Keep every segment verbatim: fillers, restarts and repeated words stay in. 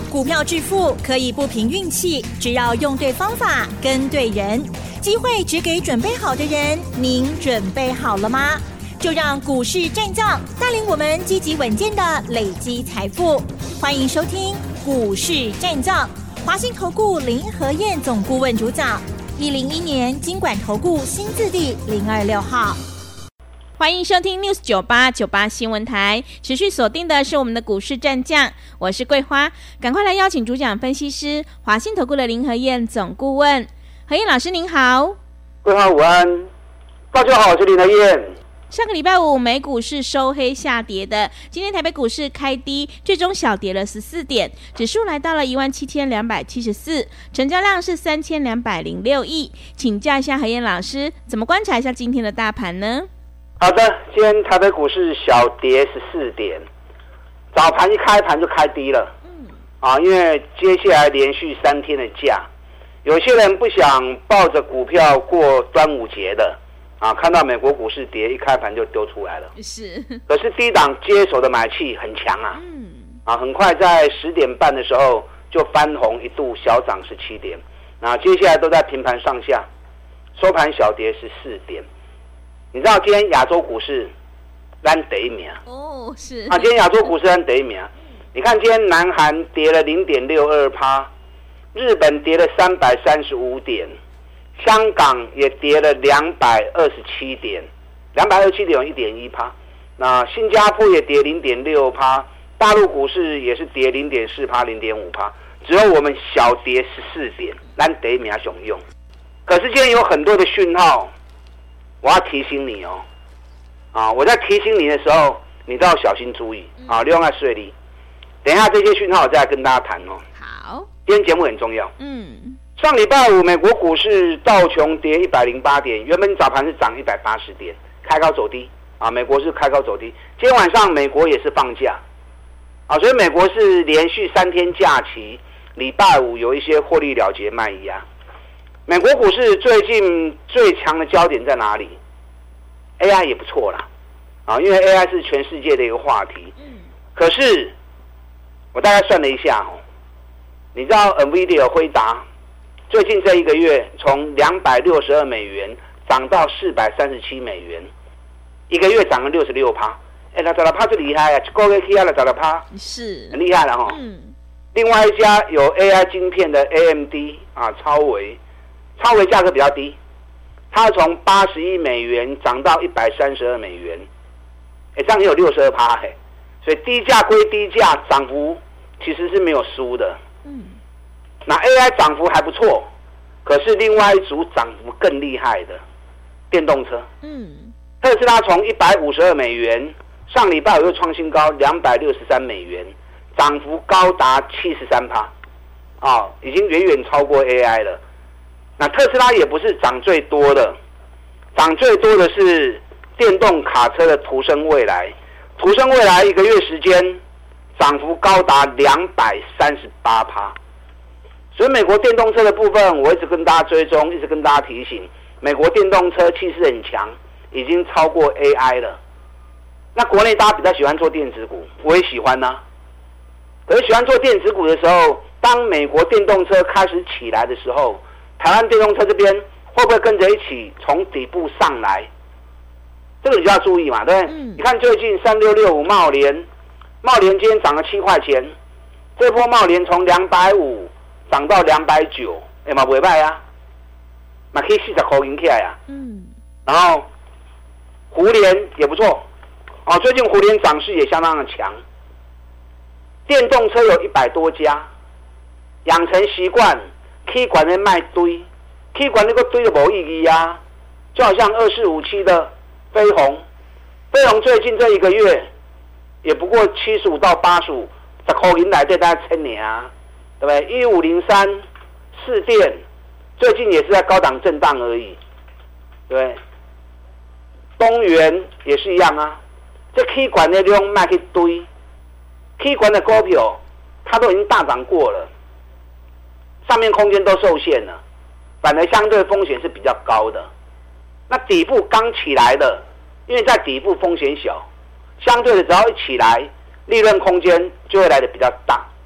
股票致富可以不凭运气，只要用对方法跟对人，机会只给准备好的人。您准备好了吗？就让股市战将带领我们积极稳健的累积财富。欢迎收听股市战将，华信投顾林和彥总顾问主讲，一零一年金管投顾新字第零二六号。欢迎收听 News 九八九八新闻台，持续锁定的是我们的股市战将，我是桂花，赶快来邀请主讲分析师华信投顾的林和彥总顾问。和彥老师您好。 桂花午安，大家好，我是林和彥。 上个礼拜五美股是收黑下跌的，今天台北股市开低，最终小跌了十四点，指数来到了一万七千两百七十四，成交量是三千两百零六亿。请教一下和彥老师，怎么观察一下今天的大盘呢？ 好的，今天台北股市小跌十四点，早盘一开盘就开低了，嗯，啊，因为接下来连续三天的假，有些人不想抱着股票过端午节的，啊，看到美国股市跌，一开盘就丢出来了， 是， 可是低档接手的买气很强啊， 嗯， 啊，很快在十点半的时候就翻红，一度小涨十七点，那接下来都在平盘上下，收盘小跌十四点。你知道今天亚洲股市咱第一名哦，是啊，今天亚洲股市咱第一名。你看今天南韩跌了 零点六二%， 日本跌了三百三十五点，香港也跌了两百二十七点，两百二十七点有 一点一%。那新加坡也跌 零点六%， 大陆股市也是跌 零点四%、零点五%， 只有我们小跌十四点，咱第一名雄用。可是今天有很多的讯号。我要提醒你哦，啊！我在提醒你的时候，你都要小心注意啊，利用在水里。等一下这些讯号我再来跟大家谈哦。 好， 今天节目很重要。 嗯， 上礼拜五美国股市道琼跌一百零八点，原本早盘是涨一百八十点，开高走低啊。美国是开高走低。今天晚上美国也是放假啊，所以美国是连续三天假期，礼拜五有一些获利了结卖压。美国股市最近最强的焦点在哪里 ？A I 也不错啦，啊，因为 A I 是全世界的一个话题。可是我大概算了一下哦，你知道 NVIDIA 辉达最近这一个月从两百六十二美元涨到四百三十七美元，一个月涨了 百分之六十六。哎，那涨了趴就厉害啊！一个月起来了涨了趴， 是很厉害了哈。 嗯。另外一家有 A I 晶片的 A M D 啊，超微。超微价格比较低，它从八十一美元涨到一百三十二美元，哎，这样也有 百分之六十二 嘿，所以低价归低价，涨幅其实是没有输的。嗯，那 A I 涨幅还不错，可是另外一组涨幅更厉害的电动车，嗯，特斯拉从一百五十二美元，上礼拜又创新高两百六十三美元，涨幅高达 百分之七十三， 啊，已经远远超过 A I 了。那特斯拉也不是涨最多的，涨最多的是电动卡车的途胜未来，途胜未来一个月时间涨幅高达 百分之两百三十八。所以美国电动车的部分，我一直跟大家追踪，一直跟大家提醒，美国电动车气势很强，已经超过 A I 了。那国内大家比较喜欢做电子股，我也喜欢啊。可是喜欢做电子股的时候，当美国电动车开始起来的时候，台湾电动车这边会不会跟着一起从底部上来？这个你就要注意嘛，对不对？嗯、你看最近三六六五茂联，茂联今天涨了七块钱，这波茂联从两百五涨到两百九，哎嘛不坏啊，嘛可以四十块赢起来啊。嗯。然后胡联也不错，哦，最近胡联涨势也相当的强。电动车有一百多家，养成习惯。K 管的卖堆 ，K 管那个堆的没意义啊，就好像二四五七的飞鸿，飞鸿最近这一个月也不过七十五到八十五，十块银来对大家千年啊，对不对？一五零三四电最近也是在高档震荡而已，对不对？东元也是一样啊，这 K 管的量卖去堆 ，K 管的股票它都已经大涨过了。上面空间都受限了，反而相对风险是比较高的。那底部刚起来的，因为在底部风险小，相对的只要一起来，利润空间就会来的比较大。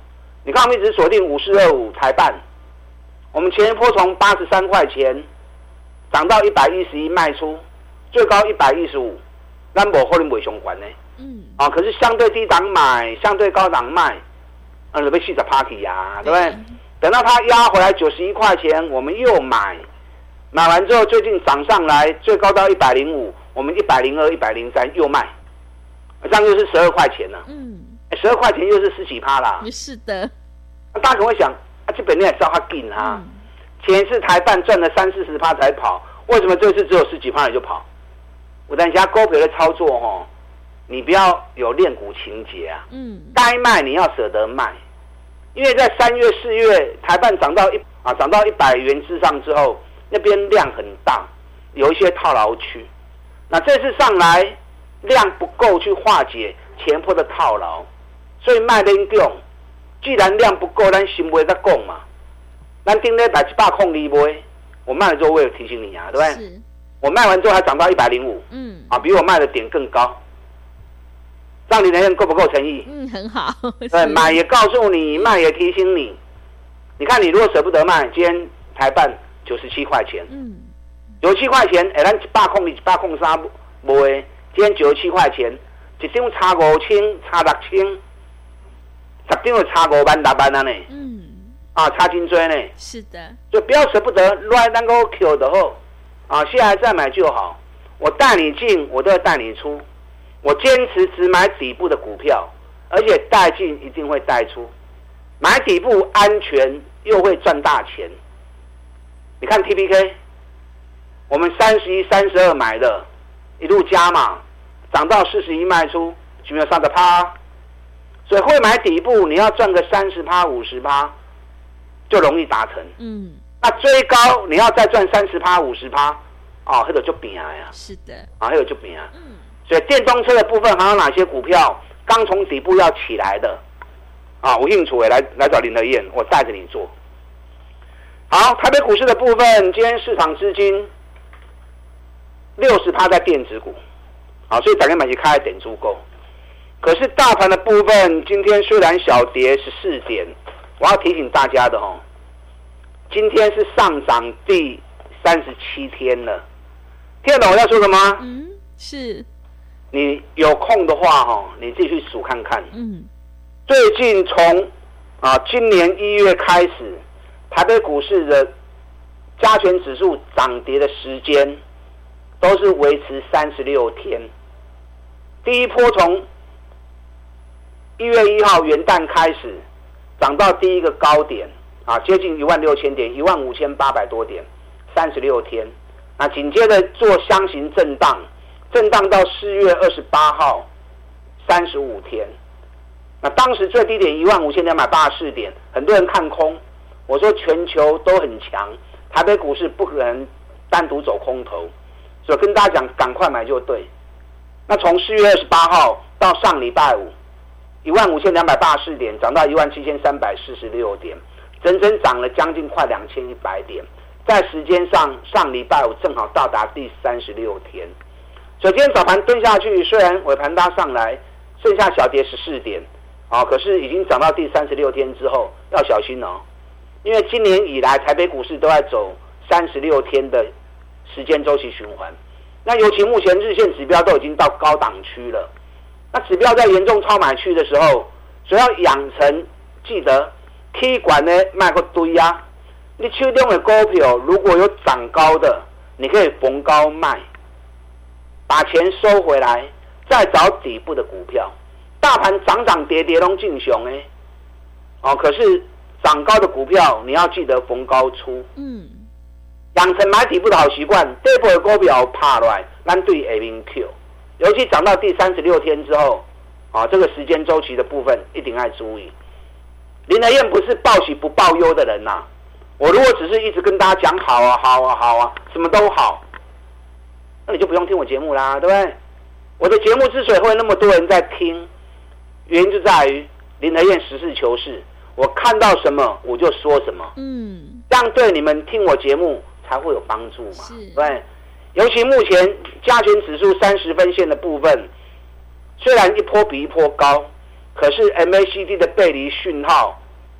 你看我们一直锁定五四二五台半，我们前一波从八十三块钱涨到一百一十一卖出，最高一百一十五，咱无可能袂相关呢。嗯，啊，可是相对低档买，相对高档卖，啊，就被四十趴去啊，对不对？等到它压回来九十一块钱，我们又买，买完之后最近涨上来，最高到一百零五，我们一百零二、一百零三又卖，这样又是十二块钱了。嗯，十二块钱又是十几趴啦。 是的， 大家可能会想，啊，这本来也知道它紧啊，嗯、前一次台半赚了三四十趴才跑，为什么这次只有十几趴你就跑？我等一下股票的操作哦，你不要有恋股情节啊。嗯，该卖你要舍得卖。因为在三月、四月台半涨到一啊涨到一百元之上之后，那边量很大，有一些套牢区。那这次上来量不够去化解前波的套牢，所以卖得重。既然量不够，咱行为在供嘛。咱顶礼拜一百空离卖，我卖了之后我有提醒你啊，对不对？我卖完之后还涨到一百零五，嗯，啊，比我卖的点更高。让你的人够不够诚意？ 嗯，很好。 对，买也告诉你，卖也提醒你。你看，你如果舍不得卖，今天台半九十七块钱，嗯，九十七块钱，哎，咱一百空二、一百空三卖，今天九十七块钱，一张差五千，差六千，十张就差五万六万了呢。嗯，啊，差真多呢。 是的， 就不要舍不得，乱能够 Q 的后，啊，现在再买就好。我带你进，我都要带你出。我坚持只买底部的股票，而且带进一定会带出，买底部安全又会赚大钱。你看 T P K， 我们三十一、三十二买的，一路加码，涨到四十一卖出，有没有三十趴？所以会买底部，你要赚个三十趴、五十趴，就容易达成。嗯，那追高你要再赚三十趴、五十趴，哦，那个就拼啊呀。 是的， 啊，那个就拼啊。嗯。所以电动车的部分还有哪些股票刚从底部要起来的啊？有兴趣的来来找林德燕，我带着你做。好，台北股市的部分，今天市场资金六十趴在电子股，啊，所以大家买去开点足够。可是大盘的部分，今天虽然小跌十四点，我要提醒大家的哦，今天是上涨第三十七天了。听得懂我要说什么？ 嗯，是。 你有空的话哈，你自己去数看看。嗯，最近从啊今年一月开始，台北股市的加权指数涨跌的时间都是维持三十六天。第一波从一月一号元旦开始涨到第一个高点啊，接近一万六千点，一万五千八百多点，三十六天。那紧接着做箱型震荡。震荡到四月二十八号，三十五天。那当时最低点一万五千两百八十四点，很多人看空。我说全球都很强，台北股市不可能单独走空头，所以跟大家讲，赶快买就对。那从四月二十八号到上礼拜五，一万五千两百八十四点涨到一万七千三百四十六点，整整涨了将近快两千一百点。在时间上，上礼拜五正好到达第三十六天。所以今天早盘蹲下去，虽然尾盘拉上来，剩下小跌十四点，啊，可是已经涨到第三十六天之后，要小心哦，因为今年以来台北股市都在走三十六天的时间周期循环。那尤其目前日线指标都已经到高档区了，那指标在严重超买区的时候，所以要养成记得 K 管呢卖个堆啊，你手中的股票如果有涨高的，你可以逢高卖。把钱收回来，再找底部的股票。大盘涨涨跌跌都进熊哎，哦，可是涨高的股票你要记得逢高出。嗯，养成买底部的好习惯。底部的股票爬出来，咱对下面 Q。尤其涨到第三十六天之后，啊，这个时间周期的部分一定要注意。林德燕不是报喜不报忧的人呐、啊。我如果只是一直跟大家讲好啊好啊好啊，什么都好。那你就不用听我节目啦，对不对？我的节目之所以会那么多人在听，原因就在于林德燕实事求是，我看到什么我就说什么，嗯，这样对你们听我节目才会有帮助嘛，对不对？尤其目前加权指数三十分线的部分，虽然一波比一波高，可是 M A C D 的背离讯号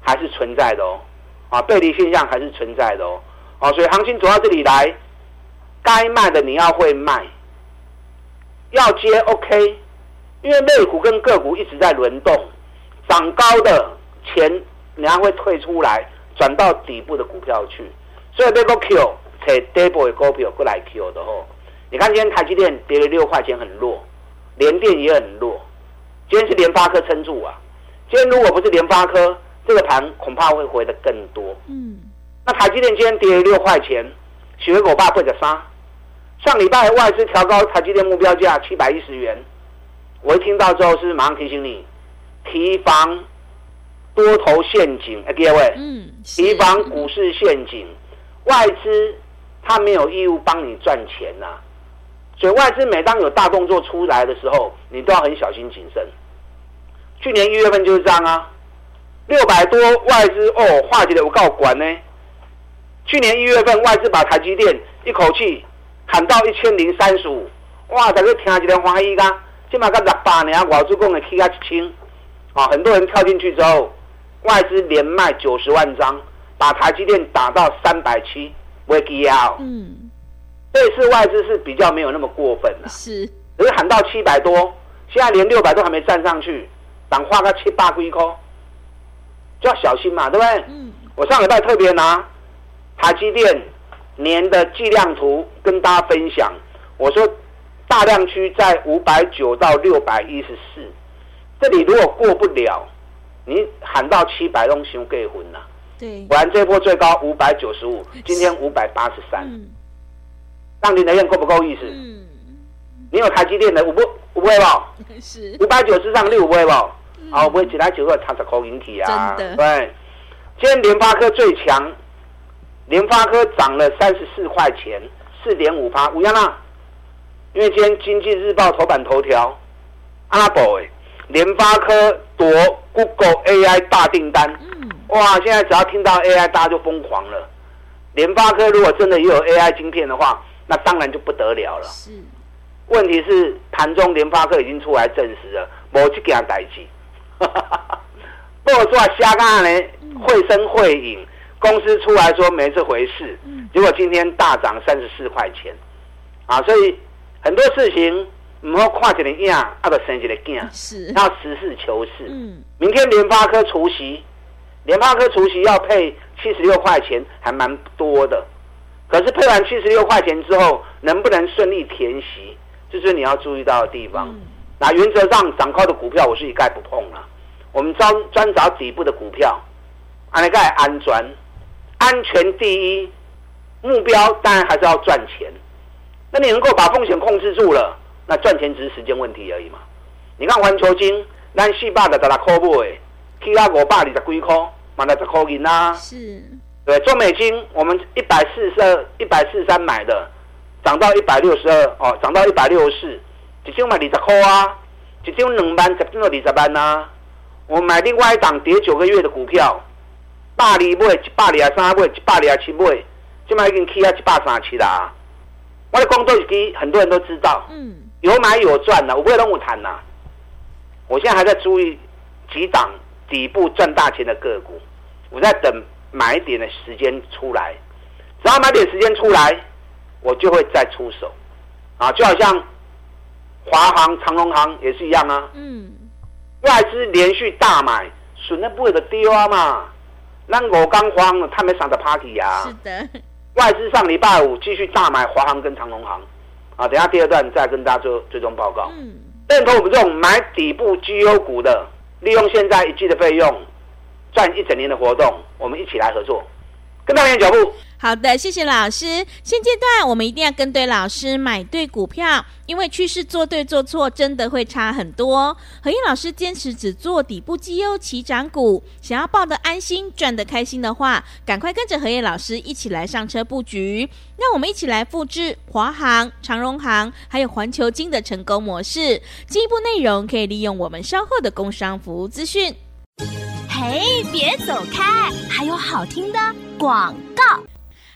还是存在的哦，啊，背离现象还是存在的哦，啊，所以行情走到这里来，该卖的你要会卖，要接 OK， 因为类股跟个股一直在轮动，涨高的钱人家会退出来，转到底部的股票去，所以这个 Q 找底部的股票过来 Q 的哦。你看今天台积电跌了六块钱，很弱，联电也很弱，今天是联发科撑住啊。今天如果不是联发科，这个盘恐怕会回得更多。嗯，那台积电今天跌了六块钱，许维狗爸会个啥？上礼拜外资调高台积电目标价七百一十元，我一听到之后是马上提醒你，提防多头陷阱。哎，各位，嗯，提防股市陷阱，外资他没有义务帮你赚钱呐、啊。所以外资每当有大动作出来的时候，你都要很小心谨慎。去年一月份就是这样啊，六百多外资哦，化解了我告管呢。去年一月份外资把台积电一口气喊到一千零三十五，哇！大家听一个欢喜噶，今嘛个六百年外资讲的起到一千，啊，很多人跳进去之后，外资连卖九十万张，把台积电打到三百七，没记啊。嗯。这次外资是比较没有那么过分了、啊， 是， 可是喊到七百多，现在连六百都还没站上去，涨花个七八几块，就要小心嘛，对不对？嗯。我上礼拜特别拿台积电年的计量图跟大家分享，我说大量区在五百九到六百一十四，这里如果过不了，你喊到七百都伤过分了。对，不然这波最高五百九十五，今天五百八十三。嗯，让你的验够不够意思？嗯，你有台积电的，有不有不会不？是五百九十上六，有不会不？啊，有不会一来就会差十块引起啊？真的。对，今天联发科最强，联发科涨了三十四块钱，四点五趴，有样啦。因为今天经济日报头版头条，阿宝哎，联发科夺 Google A I 大订单。嗯，哇！现在只要听到 A I， 大家就疯狂了。联发科如果真的也有 A I 晶片的话，那当然就不得了了。是，问题是盘中联发科已经出来证实了，没这件代志。不过说瞎干呢，绘声绘影，公司出来说没这回事，结果今天大涨三十四块钱，啊，所以很多事情唔好看一个影，啊，就生一个囝，是要实事求是。嗯，明天联发科除息，联发科除息要配七十六块钱，还蛮多的。可是配完七十六块钱之后，能不能顺利填息，这是你要注意到的地方。嗯，那原则上涨高的股票我是一概不碰了，我们专专找底部的股票，安尼个安全，安全第一，目标当然还是要赚钱。那你能够把风险控制住了，那赚钱只是时间问题而已嘛。你看环球金，咱四百六十六块买，起到五百二十几块，嘛六十块银啦。是。对，中美金我们一百四十二、一百四十三买的，涨到一百六十二哦，涨到一百六十四，一张买二十块啊，一张两万，十张就二十万啊。我买另外一档跌九个月的股票，百二买，一百二十三买，一百二十七买，现在已经起到一百三十七啦。我的工作已经很多人都知道，嗯，有买有赚啦，我不会让我谈啦。我现在还在注意几档底部赚大钱的个股，我在等买点的时间出来，只要买点时间出来，我就会再出手，啊，就好像华航、长荣航也是一样啊，嗯，外资连续大买，损的不会的丢啊嘛，咱五刚华航他们上的 party 啊，是的。外资上礼拜五继续大买华航跟长荣航，啊，等一下第二段再跟大家做最终报告。嗯，认同我们这种买底部绩优股的，利用现在一季的费用赚一整年的活动，我们一起来合作，跟大家脚步。 好的，谢谢老师。现阶段我们一定要跟对老师，买对股票，因为趋势做对做错真的会差很多。和晏老师坚持只做底部绩优起涨股，想要抱得安心赚得开心的话，赶快跟着和晏老师一起来上车布局。让我们一起来复制华航、长荣航还有环球金的成功模式。进一步内容可以利用我们稍后的工商服务资讯。 嘿，别走开，还有好听的广告。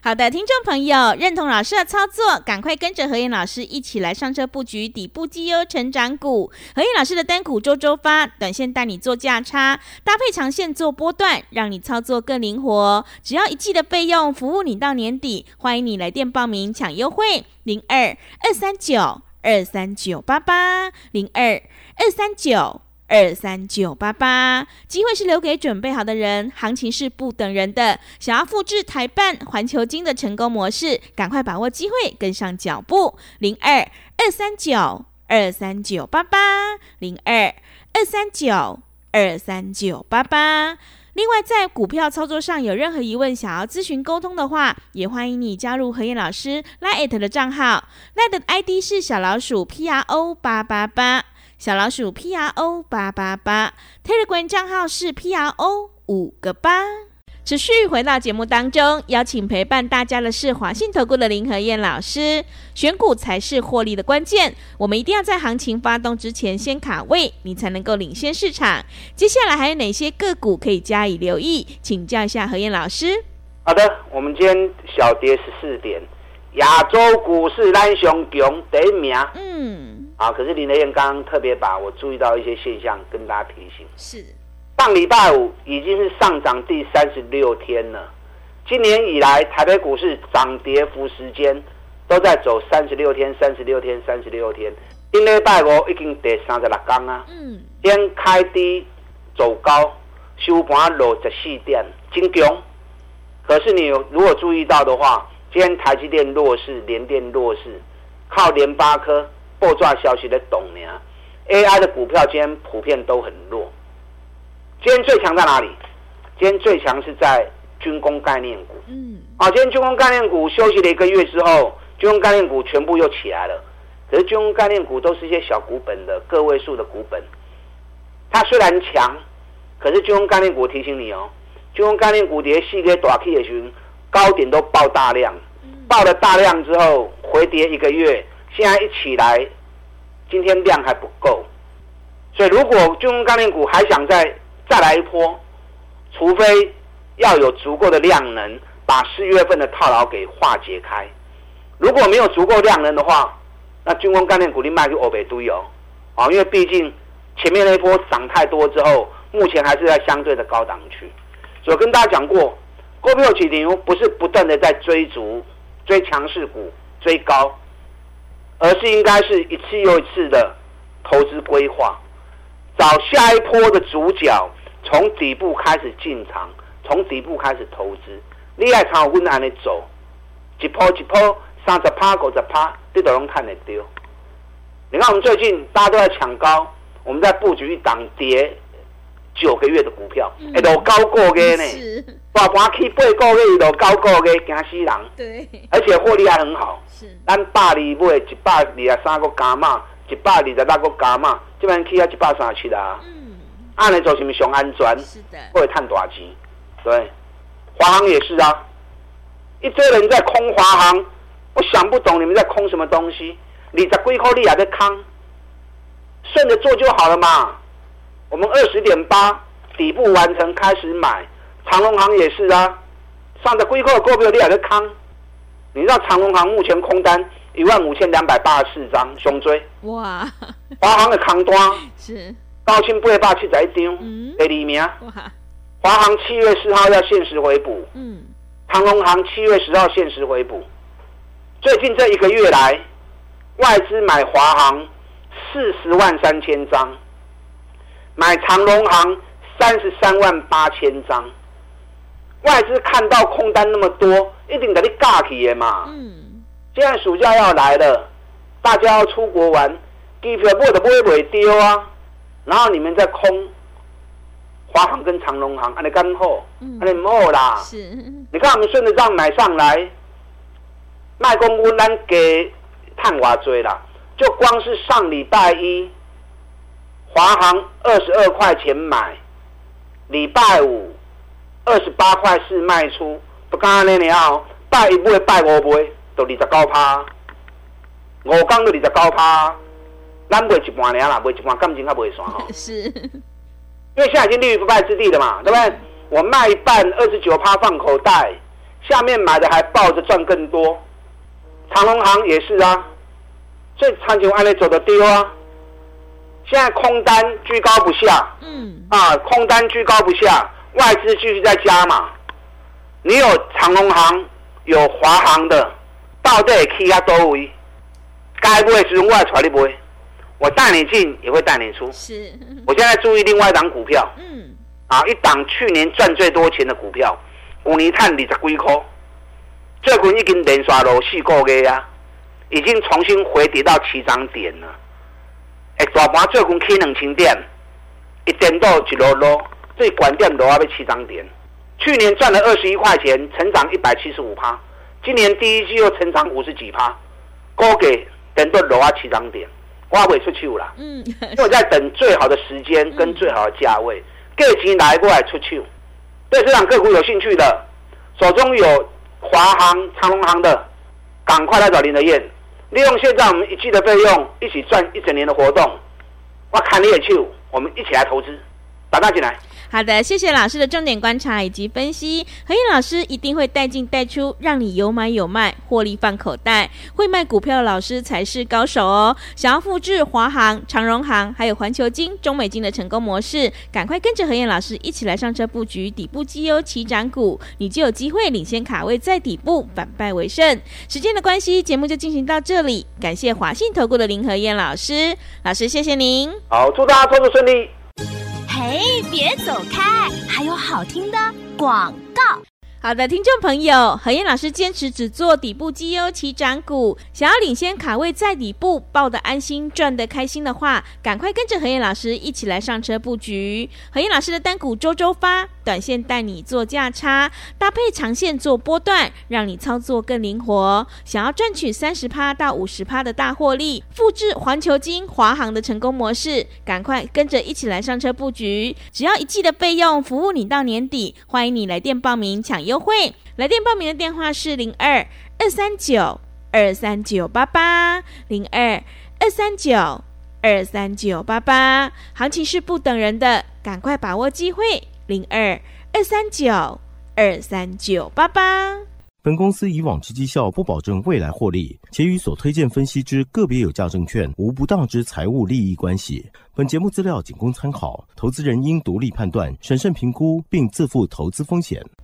好的，听众朋友，认同老师的操作，赶快跟着和彦老师一起来上车布局底部绩优成长股。和彦老师的单股周周发，短线带你做价差，搭配长线做波段，让你操作更灵活。只要一季的费用，服务你到年底。欢迎你来电报名抢优惠，零二二三九二三九八八零二二三九。二三九八八，机会是留给准备好的人，行情是不等人的。想要复制台办、环球金的成功模式，赶快把握机会，跟上脚步。零二二三九二三九八八，零二二三九二三九八八。另外，在股票操作上有任何疑问，想要咨询沟通的话，也欢迎你加入和彦老师 LINE 的账号 ，LINE 的 I D 是小老鼠 P R O 八八八。小老鼠 P R O 八八八 Telegram 账号是 P R O 五个八。持续回到节目当中，邀请陪伴大家的是华信投顾的林和彦老师。选股才是获利的关键，我们一定要在行情发动之前先卡位，你才能够领先市场。接下来还有哪些个股可以加以留意？请教一下和彦老师。 好的，我们今天小跌十四点，亚洲股市咱上强第一名。嗯。啊！可是林和彦刚刚特别把我注意到一些现象跟大家提醒。 是， 上礼拜五已经是上涨第三十六天了。今年以来，台北股市涨跌幅时间都在走三十六天、三十六天、三十六天。今礼拜五已经第三十六天啊。嗯。先开低走高，收盘落十四点，真强。可是你如果注意到的话，今天台积电弱势，联电弱势，靠联发科。爆炸消息的懂呢 ，A I 的股票今天普遍都很弱。今天最强在哪里？今天最强是在军工概念股。嗯，啊，今天军工概念股休息了一个月之后，军工概念股全部又起来了。可是军工概念股都是一些小股本的个位数的股本，它虽然强，可是军工概念股提醒你哦，军工概念股跌四个大 K 的时候，高点都爆大量，爆了大量之后回跌一个月。现在一起来，今天量还不够，所以如果军工概念股还想再再来一波，除非要有足够的量能，把四月份的套牢给化解开。如果没有足够量能的话，那军工概念股你卖去欧北都有啊，因为毕竟前面那一波涨太多之后，目前还是在相对的高档区。所以我跟大家讲过，股票市场不是不断的在追逐、追强势股、追高。而是应该是一次又一次的投资规划，找下一波的主角，从底部开始进场，从底部开始投资。你爱看我按你走，一波一波，三十趴、五十趴，你都能看得到。你看我们最近大家都在抢高，我们在布局一档跌九个月的股票，哎、嗯，都高个月呢，大盘起八个月，都高个月，惊死人。对，而且获利还很好。是，咱百二买一百二十三个加码，一百二十六个加码，这边起啊一百三十七啦。嗯，按来做是不是上安全？是的，会赚大钱。对，华航也是啊，一堆人在空华航，我想不懂你们在空什么东西。二十几块你也在空，顺着做就好了嘛。我们二十点八底部完成开始买，长荣航也是啊，三十几块的股票你也在空。你知道长荣航目前空单一万五千两百八十四张，上追。哇！华航的空单是高清八百七十一张，嗯、第二名。哇！华航七月四号要限时回补，嗯，长荣航七月十号限时回补。最近这一个月来，外资买华航四十万三千张，买长荣航三十三万八千张。外资看到空单那么多，一定给你尬起的嘛。嗯，现在暑假要来了，大家要出国玩，机票买都买不丢啊。然后你们在空华航跟长荣航，安尼刚好，安尼唔好啦。是，你看我们顺着账买上来，卖公股咱给探偌多啦，就光是上礼拜一，华航二十二块钱买，礼拜五。二十八块四卖出，不干那了，拜一买拜五买，都二十九趴，五天都二十九趴，咱卖一半尔啦，卖一半感情还袂算吼。是，因为现在已经立于不败之地了嘛，对不对？我卖一半二十九趴放口袋， 下面买的还抱着赚更多。长荣航也是啊，所以长期按呢走得丢啊。现在空单居高不下，嗯，啊，空单居高不下，外资继续在加码。你有长荣航，有华航的，到底会去到多位？该买的时候我会带你买，我带你进也会带你出。 是， 我现在注意另外一档股票， 嗯， 啊，一档去年赚最多钱的股票，去年赚二十几块，最近已经连续落四个月啊，已经重新回跌到起涨点了。哎，大盘最近起两千点，一点到一路落，最关键落要被起涨点。去年赚了二十一块钱，成长一百七十五趴，今年第一季又成长五十几趴，估计等到落啊起涨点，我还未出手啦。嗯，因为我在等最好的时间跟最好的价位，价钱来过来出手。对这档个股有兴趣的，手中有华航、长荣航的，赶快来找林德燕。利用现在我们一季的费用，一起赚一整年的活动。我看你也去，我们一起来投资，打打进来。 好的，谢谢老师的重点观察以及分析。何燕老师一定会带进带出，让你有买有卖，获利放口袋。会卖股票的老师才是高手哦。想要复制华航、长荣航还有环球金、中美金的成功模式，赶快跟着何燕老师一起来上车布局底部绩优起涨股，你就有机会领先卡位在底部，反败为胜。时间的关系，节目就进行到这里。感谢华信投顾的林何燕老师，老师谢谢您。 好，祝大家操作顺利。 嘿，别走开，还有好听的广告。 好的，听众朋友，何燕老师坚持只做底部绩优起涨股，想要领先卡位在底部，抱得安心，赚得开心的话，赶快跟着何燕老师一起来上车布局。何燕老师的单股周周发，短线带你做价差，搭配长线做波段，让你操作更灵活。想要赚取 百分之三十 到 百分之五十 的大获利，复制环球金、华航的成功模式，赶快跟着一起来上车布局。只要一季的费用，服务你到年底。欢迎你来电报名抢优惠，来电报名的电话是零二二三九二三九八八零二二三九二三九八八。行情是不等人的，赶快把握机会。零二二三九二三九八八。 本公司以往之绩效不保证未来获利，且与所推荐分析之个别有价证券无不当之财务利益关系。本节目资料仅供参考，投资人应独立判断、审慎评估，并自负投资风险。